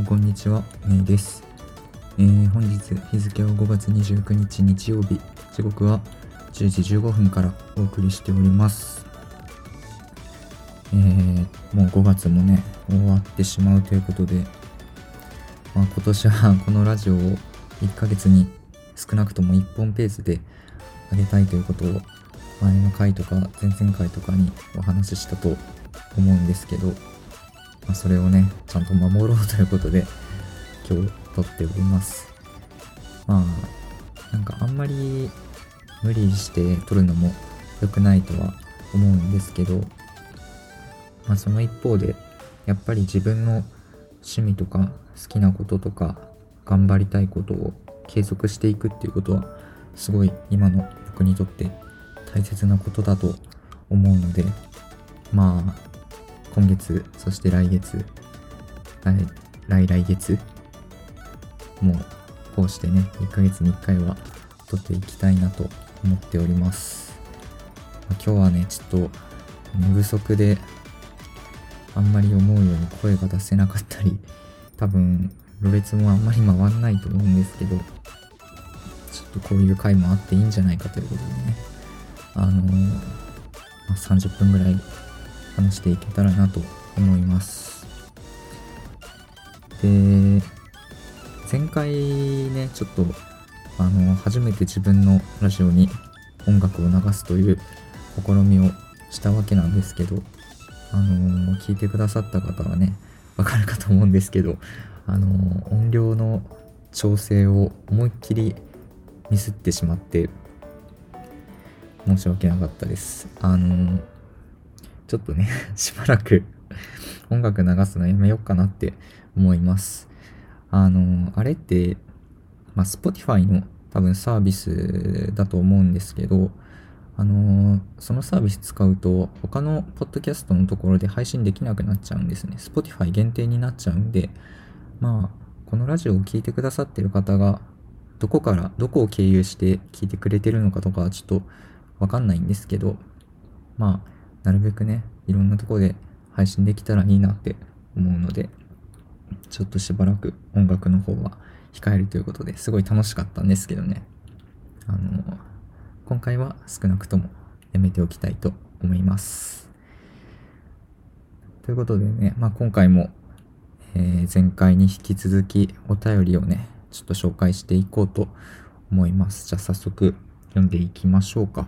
もこんにちは、めいです。本日日付は5月29日日曜日、時刻は10時15分からお送りしております。もう5月もね、終わってしまうということで、今年はこのラジオを1ヶ月に少なくとも1本ペースで上げたいということを前の回とか前々回とかにお話ししたと思うんですけど、それをねちゃんと守ろうということで今日撮っております。なんかあんまり無理して撮るのも良くないとは思うんですけど、その一方でやっぱり自分の趣味とか好きなこととか頑張りたいことを継続していくっていうことはすごい今の僕にとって大切なことだと思うので、今月、そして来月、来月もうこうしてね1ヶ月に1回は撮っていきたいなと思っております。今日はねちょっと寝不足であんまり思うように声が出せなかったり、多分ろれつもあんまり回んないと思うんですけど、ちょっとこういう回もあっていいんじゃないかということでね、30分ぐらい話していけたらなと思います。で、前回ねちょっと初めて自分のラジオに音楽を流すという試みをしたわけなんですけど、聞いてくださった方はねわかるかと思うんですけど、音量の調整を思いっきりミスってしまって申し訳なかったです。ちょっとねしばらく音楽流すのやめようかなって思います。あれってSpotify の多分サービスだと思うんですけど、そのサービス使うと他のポッドキャストのところで配信できなくなっちゃうんですね。Spotify 限定になっちゃうんで、このラジオを聞いてくださってる方がどこを経由して聞いてくれてるのかとかはちょっとわかんないんですけど、なるべくねいろんなところで配信できたらいいなって思うので、ちょっとしばらく音楽の方は控えるということですごい楽しかったんですけどね、今回は少なくともやめておきたいと思います。ということでね、今回も、前回に引き続きお便りをねちょっと紹介していこうと思います。じゃあ早速読んでいきましょうか。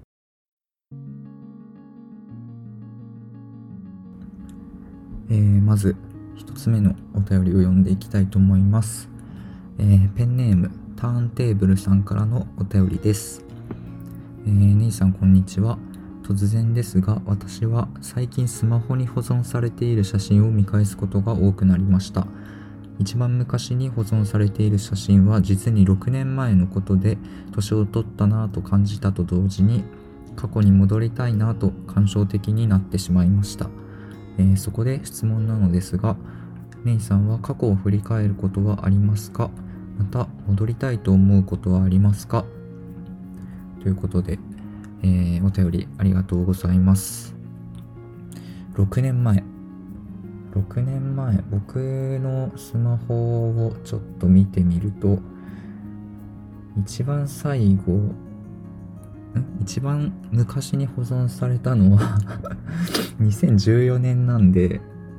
まず一つ目のお便りを読んでいきたいと思います。ペンネームターンテーブルさんからのお便りです。姉さんこんにちは。突然ですが、私は最近スマホに保存されている写真を見返すことが多くなりました。一番昔に保存されている写真は実に6年前のことで、年を取ったなぁと感じたと同時に過去に戻りたいなぁと感傷的になってしまいました。そこで質問なのですが、メイさんは過去を振り返ることはありますか？また戻りたいと思うことはありますか？ということで、お便りありがとうございます。6年前僕のスマホをちょっと見てみると、一番昔に保存されたのは2014年なんで、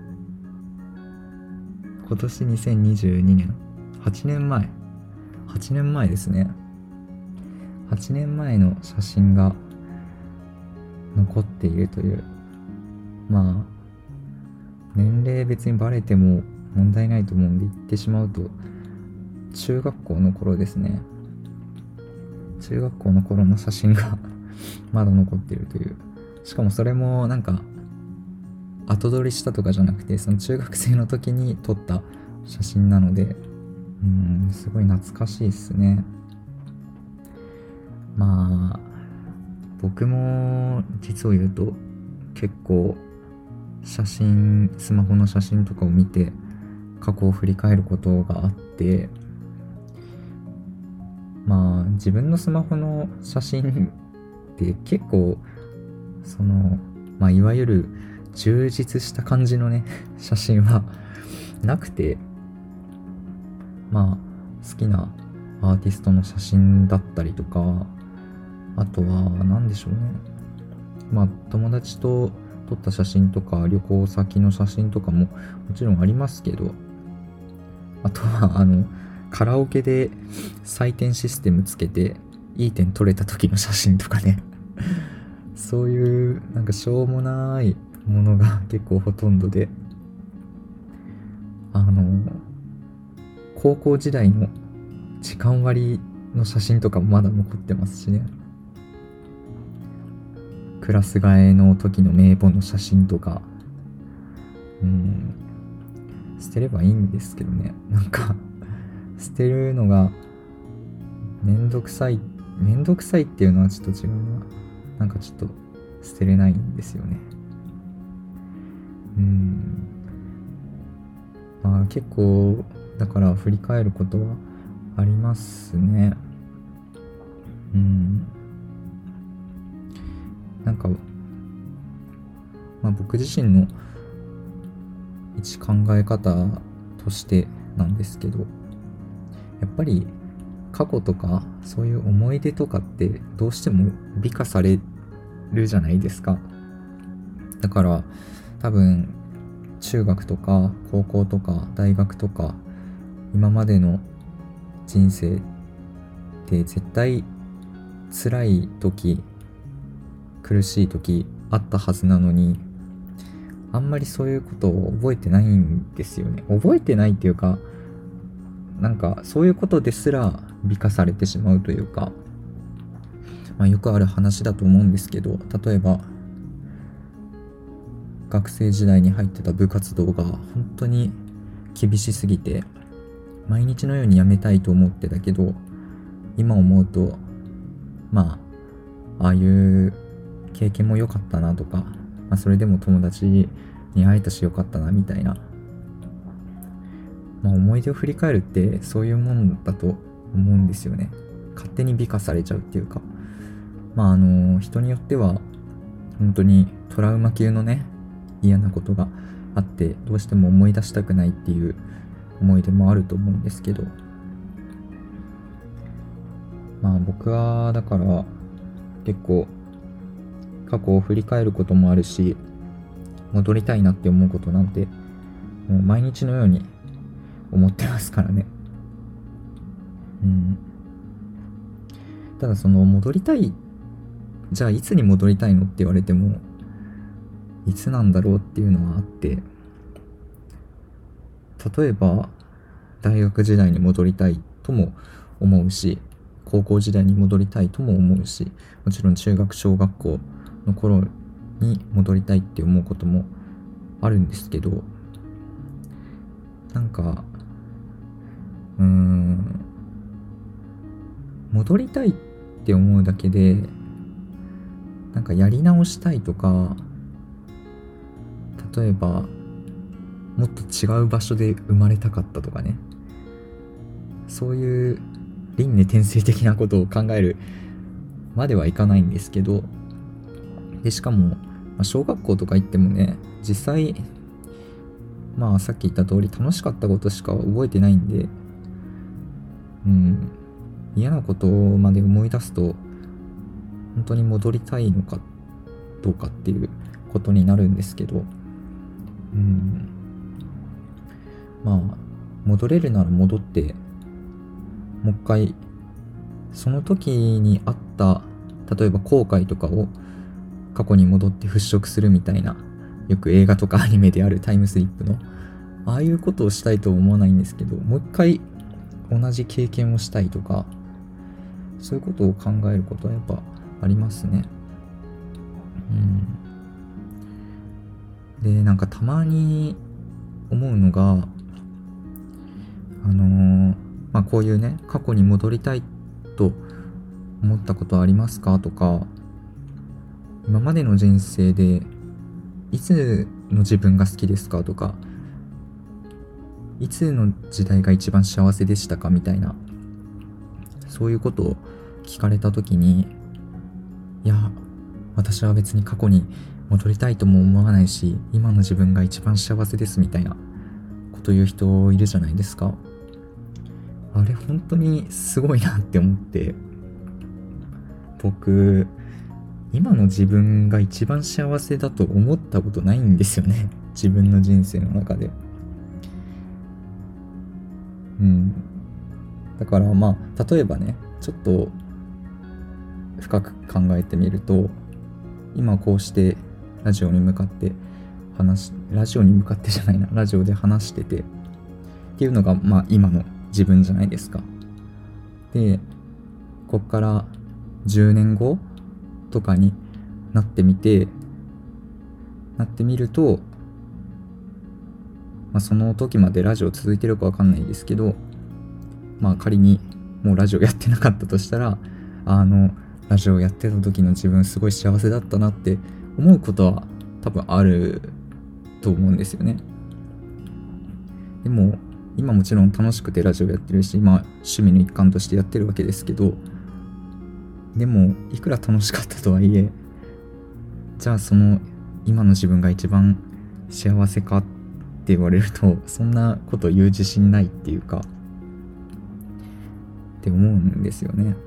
今年2022年、8年前ですね。8年前の写真が残っているという、年齢別にバレても問題ないと思うんで言ってしまうと、中学校の頃ですね。中学校の頃の写真がまだ残っているという。しかもそれも後撮りしたとかじゃなくて、その中学生の時に撮った写真なので、すごい懐かしいですね。僕も実を言うと結構スマホの写真とかを見て過去を振り返ることがあって、自分のスマホの写真って結構いわゆる充実した感じのね写真はなくて、 好きなアーティストの写真だったりとか、あとは何でしょうね、友達と撮った写真とか旅行先の写真とかももちろんありますけど、あとはカラオケで採点システムつけていい点取れた時の写真とかねそういうなんかしょうもないものが結構ほとんどで、高校時代の時間割の写真とかもまだ残ってますしね、クラス替えの時の名簿の写真とか、捨てればいいんですけどね、なんか捨てるのがめんどくさいっていうのはちょっと違うな、なんかちょっと捨てれないんですよね。結構だから振り返ることはありますね。なんか僕自身の一考え方としてなんですけど、やっぱり過去とかそういう思い出とかってどうしても美化されるじゃないですか。だから多分中学とか高校とか大学とか今までの人生って絶対辛い時苦しい時あったはずなのに、あんまりそういうことを覚えてないんですよね。覚えてないっていうか、なんかそういうことですら美化されてしまうというか、よくある話だと思うんですけど、例えば学生時代に入ってた部活動が本当に厳しすぎて毎日のように辞めたいと思ってたけど、今思うとああいう経験も良かったなとか、それでも友達に会えたし良かったなみたいな、思い出を振り返るってそういうもんだと思うんですよね。勝手に美化されちゃうっていうか、人によっては本当にトラウマ級のね嫌なことがあってどうしても思い出したくないっていう思い出もあると思うんですけど、僕はだから結構過去を振り返ることもあるし、戻りたいなって思うことなんてもう毎日のように思ってますからね。ただその戻りたい、じゃあいつに戻りたいのって言われてもいつなんだろうっていうのはあって、例えば大学時代に戻りたいとも思うし、高校時代に戻りたいとも思うし、もちろん中学小学校の頃に戻りたいって思うこともあるんですけど、なんか戻りたいって思うだけでなんかやり直したいとか、例えばもっと違う場所で生まれたかったとかね、そういう輪廻転生的なことを考えるまではいかないんですけど、でしかも小学校とか行ってもね、実際さっき言った通り楽しかったことしか覚えてないんで、嫌なことまで思い出すと本当に戻りたいのかどうかっていうことになるんですけど、戻れるなら戻ってもう一回その時にあった例えば後悔とかを過去に戻って払拭するみたいな、よく映画とかアニメであるタイムスリップのああいうことをしたいとは思わないんですけど、もう一回同じ経験をしたいとか、そういうことを考えることはやっぱありますね。でなんかたまに思うのがこういうね、過去に戻りたいと思ったことありますかとか、今までの人生でいつの自分が好きですかとか、いつの時代が一番幸せでしたかみたいな、そういうことを聞かれた時に、いや私は別に過去に戻りたいとも思わないし、今の自分が一番幸せですみたいなこと言う人いるじゃないですか。 あれ本当にすごいなって思って、僕今の自分が一番幸せだと思ったことないんですよね自分の人生の中で。だから例えばね、ちょっと深く考えてみると、今こうしてラジオに向かってラジオで話しててっていうのが今の自分じゃないですか。で、こっから10年後とかになってみると、その時までラジオ続いてるかわかんないですけど、仮にもうラジオやってなかったとしたら、ラジオやってた時の自分すごい幸せだったなって思うことは多分あると思うんですよね。でも今もちろん楽しくてラジオやってるし、趣味の一環としてやってるわけですけど、でもいくら楽しかったとはいえ、じゃあその今の自分が一番幸せかって言われると、そんなこと言う自信ないっていうかって思うんですよね。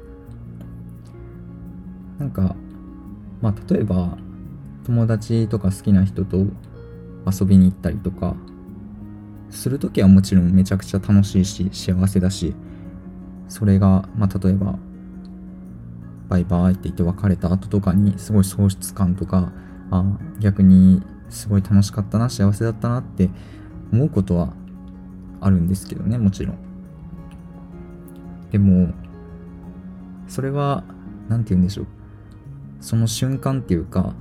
なんか例えば友達とか好きな人と遊びに行ったりとかするときはもちろんめちゃくちゃ楽しいし幸せだし、それが例えばバイバイって言って別れた後とかにすごい喪失感とか、逆にすごい楽しかったな、幸せだったなって思うことはあるんですけどね、もちろん。でもそれはなんて言うんでしょう、その瞬間っていうか、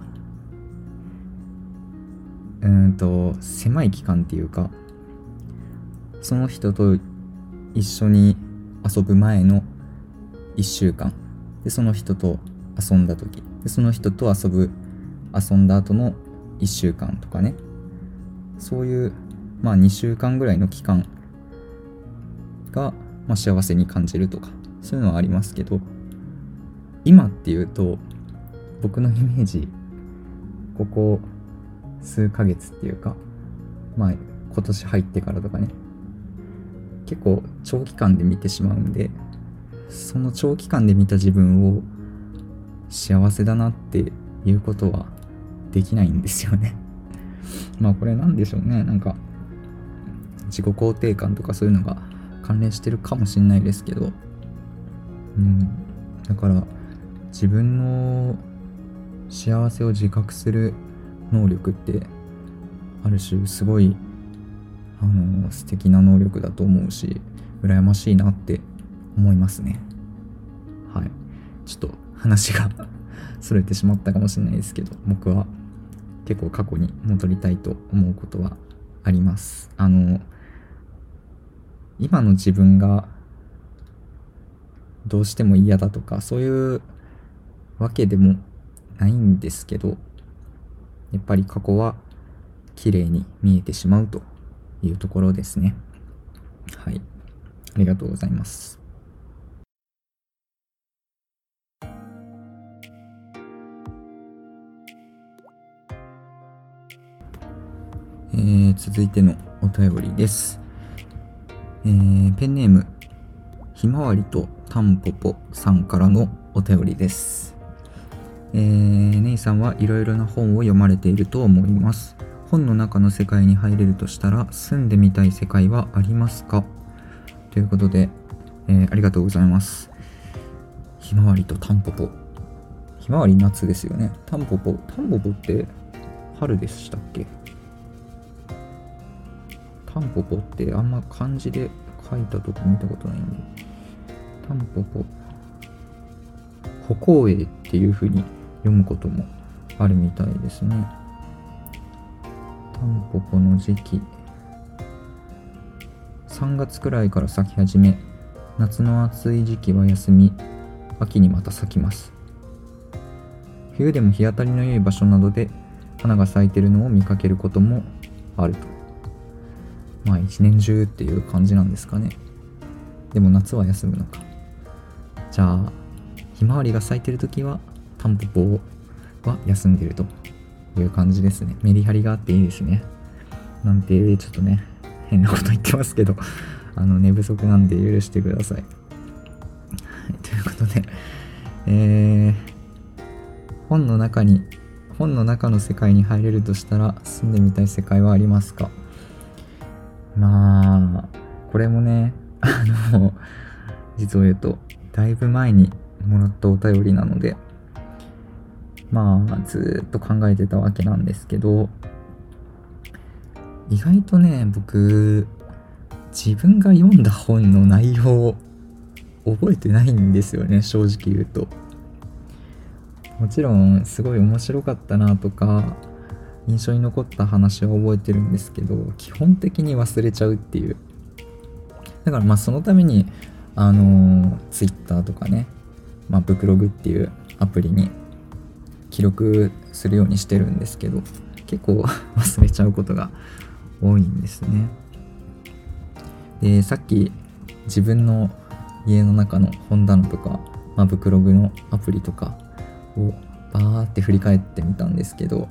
狭い期間っていうか、その人と一緒に遊ぶ前の1週間で、その人と遊んだ時で、その人と遊んだ後の1週間とかね、そういう2週間ぐらいの期間が、幸せに感じるとか、そういうのはありますけど、今っていうと僕のイメージ、ここ数ヶ月っていうか、今年入ってからとかね、結構長期間で見てしまうんで、その長期間で見た自分を幸せだなっていうことはできないんですよねこれなんでしょうね、なんか自己肯定感とかそういうのが関連してるかもしれないですけど、だから自分の幸せを自覚する能力ってある種すごい素敵な能力だと思うし、羨ましいなって思いますね。はい、ちょっと話がそれてしまったかもしれないですけど、僕は結構過去に戻りたいと思うことはあります。今の自分がどうしても嫌だとかそういうわけでもないんですけど、やっぱり過去は綺麗に見えてしまうというところですね。はい、ありがとうございます。続いてのお便りです。ペンネームひまわりとたんぽぽさんからのお便りです。ネイさんはいろいろな本を読まれていると思います。本の中の世界に入れるとしたら住んでみたい世界はありますか？ということで、ありがとうございます。ひまわりとたんぽぽ、ひまわり夏ですよね。たんぽぽって春でしたっけ？たんぽぽってあんま漢字で書いたとこ見たことないんで、たんぽぽ歩行栄っていう風に読むこともあるみたいですね。たんぽぽの時期、3月くらいから咲き始め、夏の暑い時期は休み、秋にまた咲きます。冬でも日当たりの良い場所などで花が咲いているのを見かけることもあると。一年中っていう感じなんですかね。でも夏は休むのか。じゃあひまわりが咲いてるときはタンポポは休んでるという感じですね。メリハリがあっていいですね。なんてちょっとね変なこと言ってますけど、 寝不足なんで許してください。はい、ということで、本の中の世界に入れるとしたら住んでみたい世界はありますか？まあこれもね実を言うとだいぶ前にもらったお便りなので、まあずっと考えてたわけなんですけど、意外とね僕自分が読んだ本の内容を覚えてないんですよね、正直言うと。もちろんすごい面白かったなとか印象に残った話は覚えてるんですけど、基本的に忘れちゃうっていう。だからそのためにTwitter とかね、ブクログっていうアプリに記録するようにしてるんですけど、結構忘れちゃうことが多いんですね。で、さっき自分の家の中の本棚とか、ブクログのアプリとかをバーって振り返ってみたんですけど、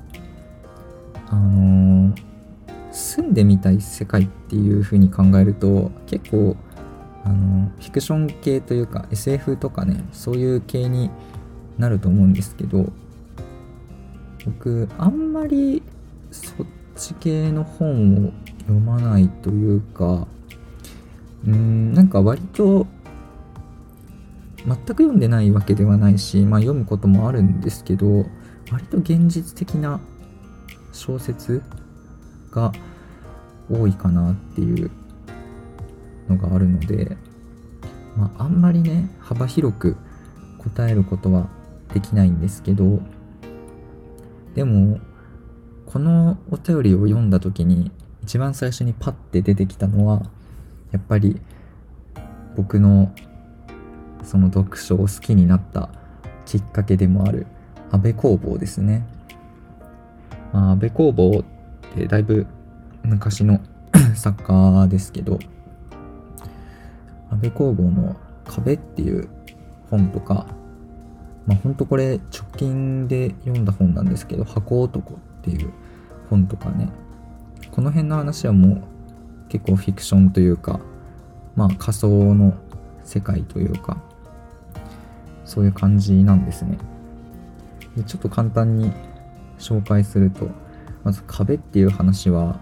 住んでみたい世界っていう風に考えると結構フィクション系というか SF とかね、そういう系になると思うんですけど、僕あんまりそっち系の本を読まないというか、なんか割と全く読んでないわけではないし、読むこともあるんですけど、割と現実的な小説が多いかなっていうのがあるので、あんまりね幅広く答えることはできないんですけど、でもこのお便りを読んだ時に一番最初にパッて出てきたのはやっぱり僕のその読書を好きになったきっかけでもある安部公房ですね。安部公房ってだいぶ昔の作家ですけど、安部公房の壁っていう本とか、ほんとこれ直近で読んだ本なんですけど、箱男っていう本とかね、この辺の話はもう結構フィクションというか、仮想の世界というか、そういう感じなんですね。でちょっと簡単に紹介すると、まず壁っていう話は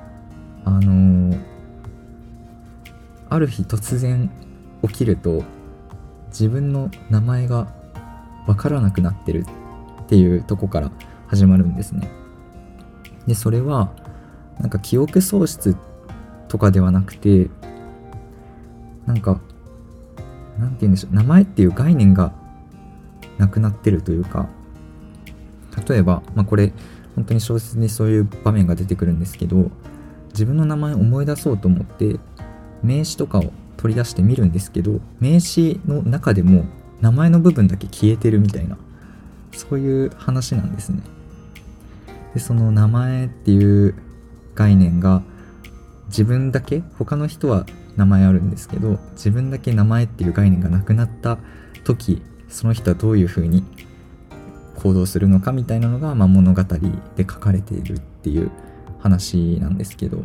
ある日突然起きると自分の名前がわからなくなってるっていうとこから始まるんですね。でそれはなんか記憶喪失とかではなくて、なんて言うんでしょう、名前っていう概念がなくなってるというか、例えば、これ本当に小説にそういう場面が出てくるんですけど、自分の名前を思い出そうと思って名詞とかを取り出してみるんですけど、名詞の中でも名前の部分だけ消えてるみたいな、そういう話なんですね。でその名前っていう概念が自分だけ、他の人は名前あるんですけど、自分だけ名前っていう概念がなくなった時、その人はどういう風に行動するのかみたいなのが、物語で書かれているっていう話なんですけど、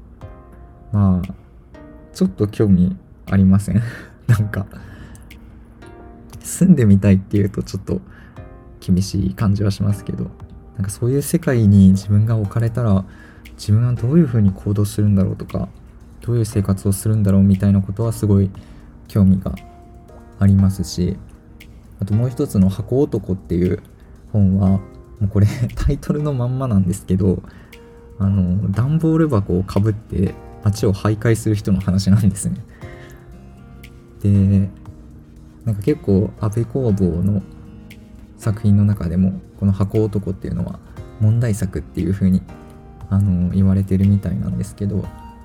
ちょっと興味ありません？なんか住んでみたいっていうとちょっと厳しい感じはしますけど、なんかそういう世界に自分が置かれたら自分はどういう風に行動するんだろうとか、どういう生活をするんだろうみたいなことはすごい興味がありますし、あともう一つの箱男っていう本は、もうこれタイトルのまんまなんですけど、段ボール箱をかぶって街を徘徊する人の話なんですね。でなんか結構安部公房の作品の中でもこの箱男っていうのは問題作っていう風に言われてるみたいなんですけど、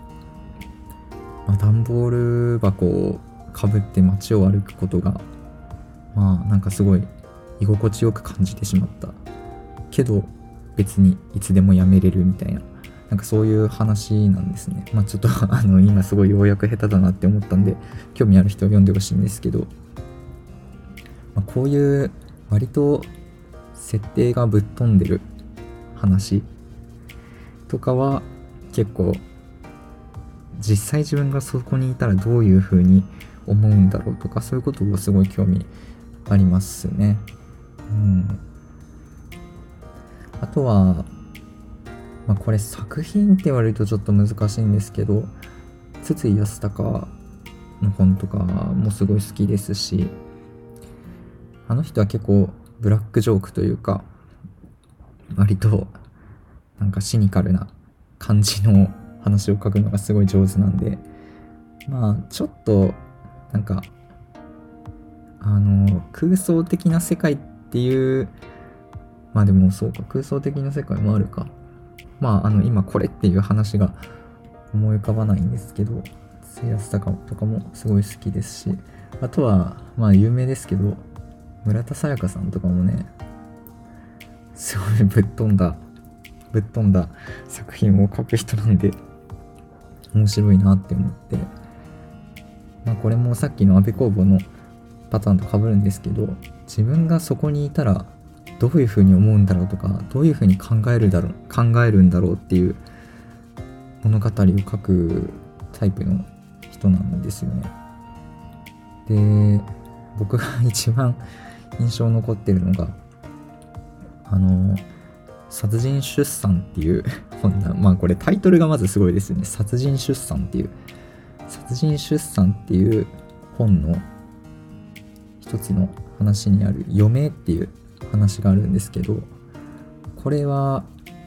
段ボール箱をかぶって街を歩くことがなんかすごい居心地よく感じてしまったけど、別にいつでもやめれるみたいな、なんかそういう話なんですね。ちょっと今すごい要約下手だなって思ったんで、興味ある人は読んでほしいんですけど、こういう割と設定がぶっ飛んでる話とかは結構実際自分がそこにいたらどういう風に思うんだろうとか、そういうことをすごい興味ありますね。あとは、これ作品って言われるとちょっと難しいんですけど、筒井康隆の本とかもすごい好きですし、あの人は結構ブラックジョークというか、割となんかシニカルな感じの話を書くのがすごい上手なんで、ちょっとなんか空想的な世界っていう、でもそうか、空想的な世界もあるか。今これっていう話が思い浮かばないんですけど、筒井康隆とかもすごい好きですし、あとは有名ですけど、村田沙耶香さんとかもね、すごいぶっ飛んだ作品を書く人なんで、面白いなって思って、これもさっきの安部公房のパターンと被るんですけど、自分がそこにいたらどういうふうに思うんだろうとか、どういうふうに考えるんだろうっていう物語を書くタイプの人なんですよね。で、僕が一番印象残ってるのが殺人出産っていう本これタイトルがまずすごいですよね。殺人出産っていう本の一つの話にある余命っていう話があるんですけど、これは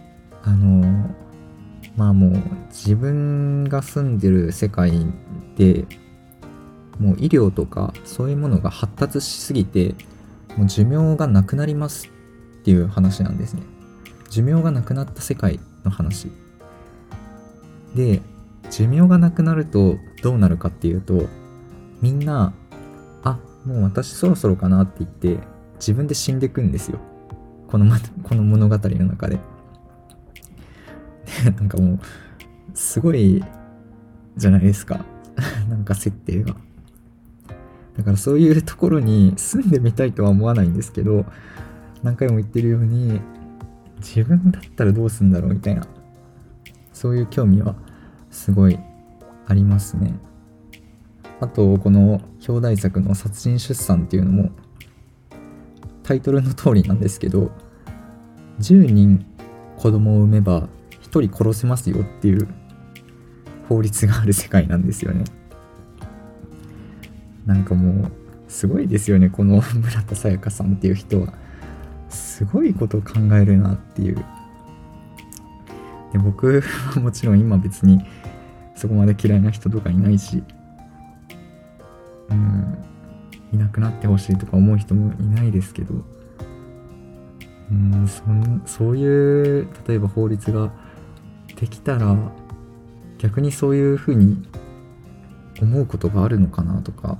もう自分が住んでる世界でもう医療とかそういうものが発達しすぎて、もう寿命がなくなりますっていう話なんですね。寿命がなくなった世界の話で、寿命がなくなるとどうなるかっていうと、みんなもう私そろそろかなって言って自分で死んでいくんですよ、この物語の中で。なんかもうすごいじゃないですかなんか設定が。だからそういうところに住んでみたいとは思わないんですけど、何回も言ってるように自分だったらどうするんだろうみたいな、そういう興味はすごいありますね。あとこの表題作の殺人出産っていうのもタイトルの通りなんですけど、10人子供を産めば1人殺せますよっていう法律がある世界なんですよね。なんかもうすごいですよね、この村田沙耶香さんっていう人は。すごいことを考えるなっていう。で、僕はもちろん今別にそこまで嫌いな人とかいないし、いなくなってほしいとか思う人もいないですけど、そういう例えば法律ができたら逆にそういうふうに思うことがあるのかなとか、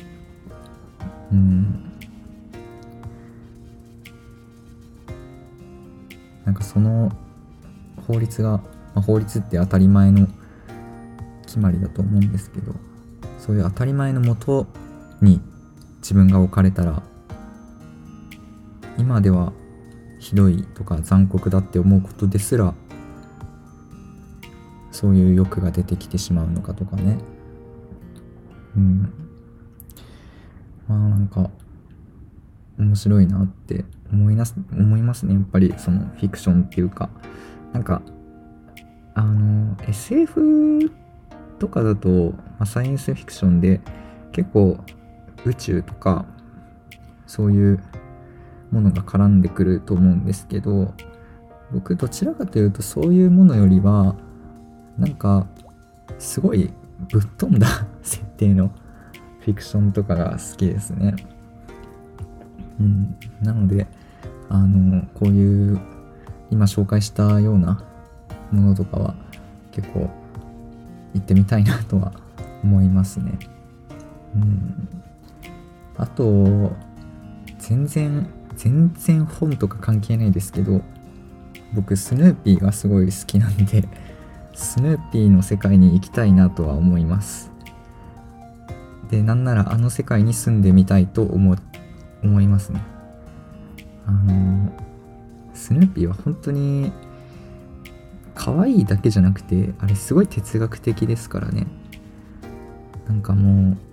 なんかその法律が、法律って当たり前の決まりだと思うんですけど、そういう当たり前のもとに自分が置かれたら、今ではひどいとか残酷だって思うことですらそういう欲が出てきてしまうのかとかね。なんか面白いなって思いますね。やっぱりそのフィクションっていうか、なんかSF とかだと、サイエンスフィクションで結構宇宙とかそういうものが絡んでくると思うんですけど、僕どちらかというとそういうものよりはなんかすごいぶっ飛んだ設定のフィクションとかが好きですね。なのでこういう今紹介したようなものとかは結構行ってみたいなとは思いますね。あと全然本とか関係ないですけど、僕スヌーピーがすごい好きなんで、スヌーピーの世界に行きたいなとは思います。で、なんならあの世界に住んでみたいと思いますね。スヌーピーは本当に可愛いだけじゃなくて、あれすごい哲学的ですからね。なんかもう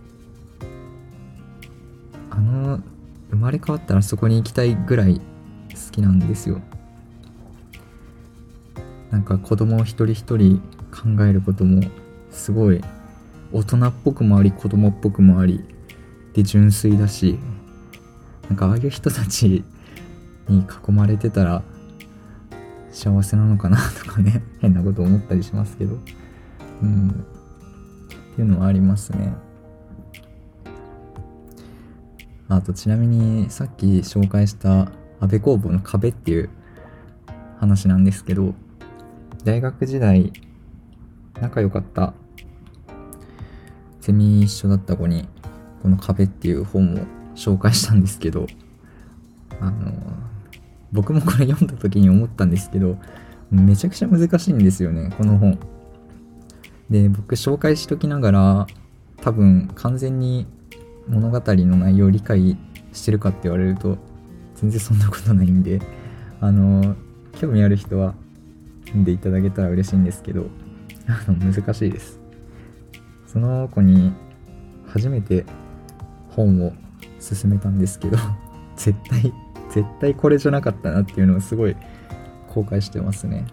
生まれ変わったらそこに行きたいぐらい好きなんですよ。なんか子供一人一人考えることもすごい大人っぽくもあり子供っぽくもありで純粋だし、なんかああいう人たちに囲まれてたら幸せなのかなとかね、変なこと思ったりしますけど、っていうのはありますね。あとちなみにさっき紹介した安部公房の壁っていう話なんですけど、大学時代仲良かったゼミ一緒だった子にこの壁っていう本を紹介したんですけど、僕もこれ読んだ時に思ったんですけど、めちゃくちゃ難しいんですよね、この本で。僕紹介しときながら多分完全に物語の内容を理解してるかって言われると全然そんなことないんで、興味ある人は読んでいただけたら嬉しいんですけど、難しいです。その子に初めて本を勧めたんですけど絶対これじゃなかったなっていうのをすごい後悔してますね。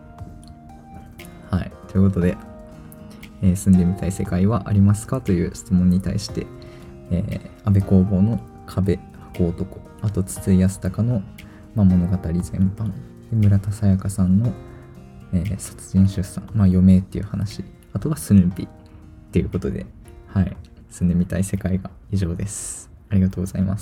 はい、ということで、住んでみたい世界はありますかという質問に対して、安部公房の壁、箱男、あと筒井康隆の、物語全般、村田沙耶香さんの、殺人出産、余命っていう話、あとはスヌーピーっていうことで、はい、住んでみたい世界が以上です。ありがとうございます。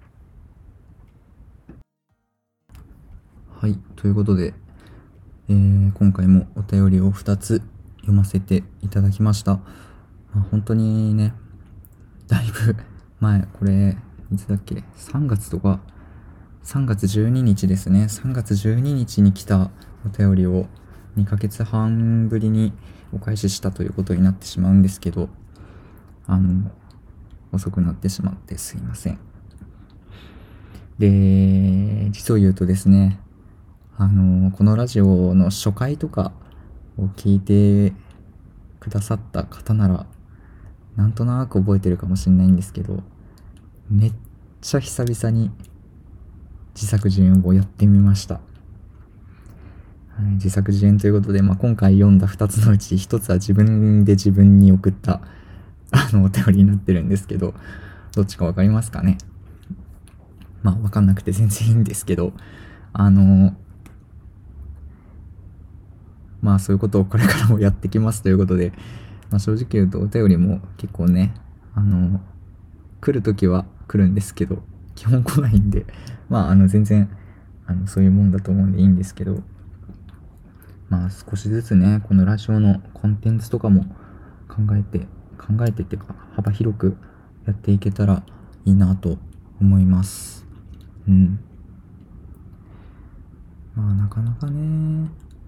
はい、ということで、今回もお便りを2つ読ませていただきました。本当にね、だいぶ前、これいつだっけ、3月12日ですね。3月12日に来たお便りを2ヶ月半ぶりにお返ししたということになってしまうんですけど、遅くなってしまってすいません。で、実を言うとですね、このラジオの初回とかを聞いてくださった方ならなんとなく覚えてるかもしれないんですけど、めっちゃ久々に自作自演をやってみました。自作自演ということで、今回読んだ2つのうち1つは自分で自分に送ったお便りになってるんですけど、どっちかわかりますかね。わかんなくて全然いいんですけど、そういうことをこれからもやってきますということで、正直言うとお便りも結構ね、来るときは来るんですけど、基本来ないんで、全然そういうもんだと思うんでいいんですけど、少しずつね、このラジオのコンテンツとかも考えてっていうか幅広くやっていけたらいいなと思います。なかなかね、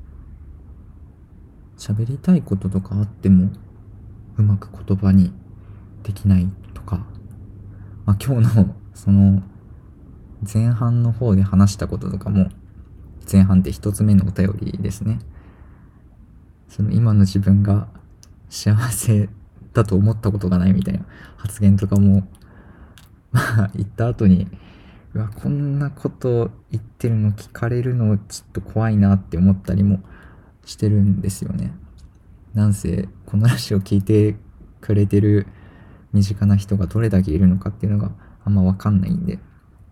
喋りたいこととかあってもうまく言葉にできないとか、今日のその前半の方で話したこととかも、前半って一つ目のお便りですね。その今の自分が幸せだと思ったことがないみたいな発言とかも言った後に、こんなこと言ってるの聞かれるのちょっと怖いなって思ったりもしてるんですよね。なんせこのラジオ聞いてくれてる身近な人がどれだけいるのかっていうのがあんま分かんないんで、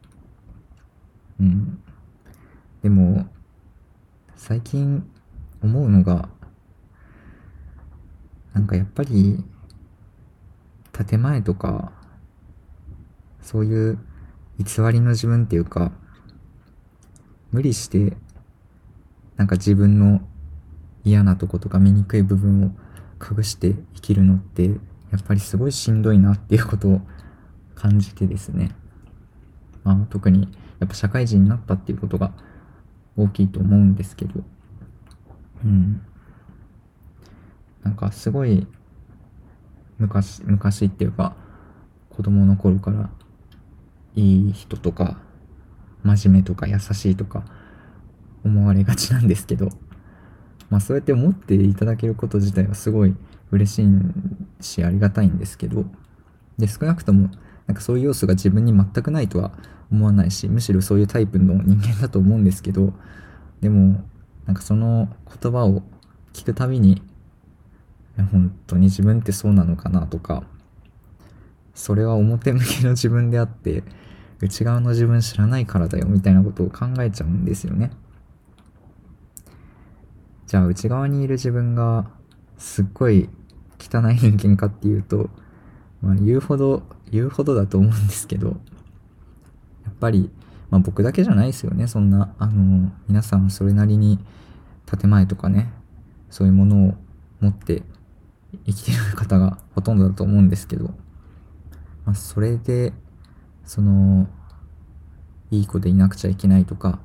でも最近思うのが、なんかやっぱり建前とかそういう偽りの自分っていうか、無理してなんか自分の嫌なとことか醜い部分を隠して生きるのってやっぱりすごいしんどいなっていうことを感じてですね、特にやっぱ社会人になったっていうことが大きいと思うんですけど、なんかすごい昔っていうか子供の頃からいい人とか真面目とか優しいとか思われがちなんですけど、 そうやって思っていただけること自体はすごい嬉しいしありがたいんですけど、で少なくともなんかそういう要素が自分に全くないとは思わないし、むしろそういうタイプの人間だと思うんですけど、でもなんかその言葉を聞くたびに、本当に自分ってそうなのかなとか、それは表向きの自分であって内側の自分知らないからだよみたいなことを考えちゃうんですよね。じゃあ内側にいる自分がすっごい汚い人間かっていうと、言うほどだと思うんですけど、やっぱり、僕だけじゃないですよね。そんな皆さんそれなりに建前とかね、そういうものを持って生きてる方がほとんどだと思うんですけど、それでいい子でいなくちゃいけないとか、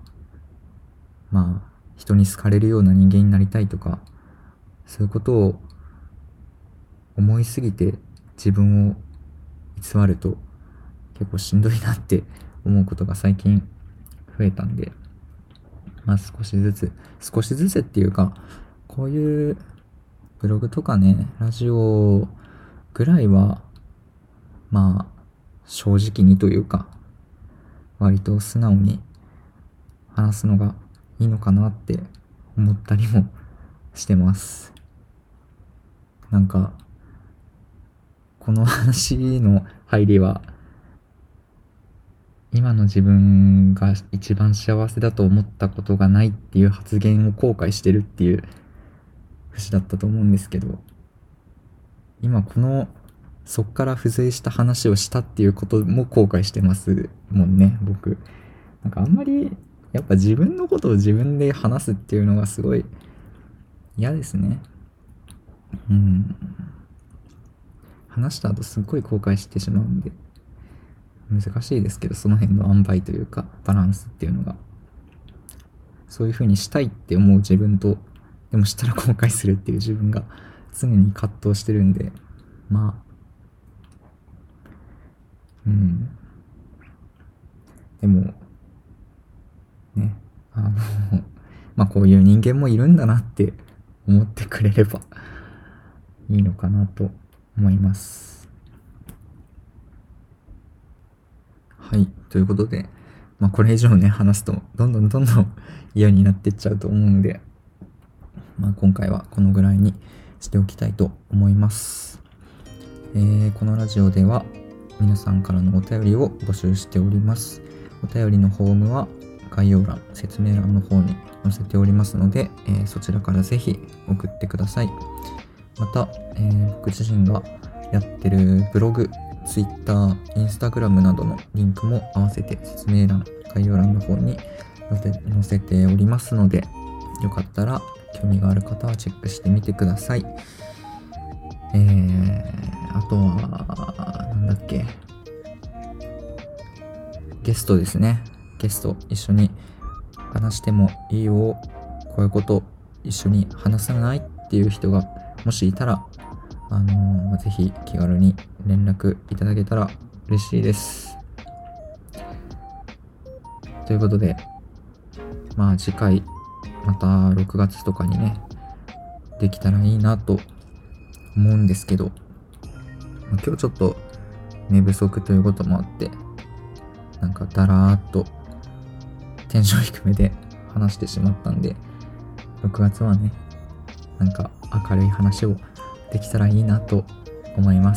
人に好かれるような人間になりたいとか、そういうことを思いすぎて自分を偽ると結構しんどいなって思うことが最近増えたんで、少しずつっていうか、こういうブログとかね、ラジオぐらいは正直にというか、割と素直に話すのがいいのかなって思ったりもしてます。なんかこの話の入りは、今の自分が一番幸せだと思ったことがないっていう発言を後悔してるっていう節だったと思うんですけど、今そっから付随した話をしたっていうことも後悔してますもんね、僕。なんかあんまりやっぱ自分のことを自分で話すっていうのがすごい嫌ですね。話した後すっごい後悔してしまうんで、難しいですけど、その辺の塩梅というかバランスっていうのが、そういう風にしたいって思う自分と、でもしたら後悔するっていう自分が常に葛藤してるんで、でもね、こういう人間もいるんだなって思ってくれればいいのかなと思います。はい、ということで、これ以上ね話すとどんどん嫌になってっちゃうと思うんで、今回はこのぐらいにしておきたいと思います。このラジオでは皆さんからのお便りを募集しております。お便りのフォームは概要欄、説明欄の方に載せておりますので、そちらからぜひ送ってください。また、僕自身がやってるブログ、Twitter、Instagram などのリンクも合わせて説明欄、概要欄の方に載せておりますので、よかったら興味がある方はチェックしてみてください。あとはなんだっけ、ゲストですね。ゲスト一緒に話してもいいよ、こういうこと一緒に話さないっていう人がもしいたら、ぜひ気軽に連絡いただけたら嬉しいです。ということで、次回また6月とかにねできたらいいなと思うんですけど、今日ちょっと寝不足ということもあって、なんかだらーっとテンション低めで話してしまったんで、6月はね、なんか明るい話をできたらいいなと思います。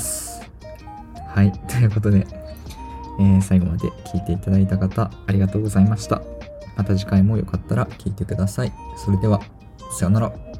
はい、ということで、最後まで聞いていただいた方ありがとうございました。また次回もよかったら聞いてください。それでは、さようなら。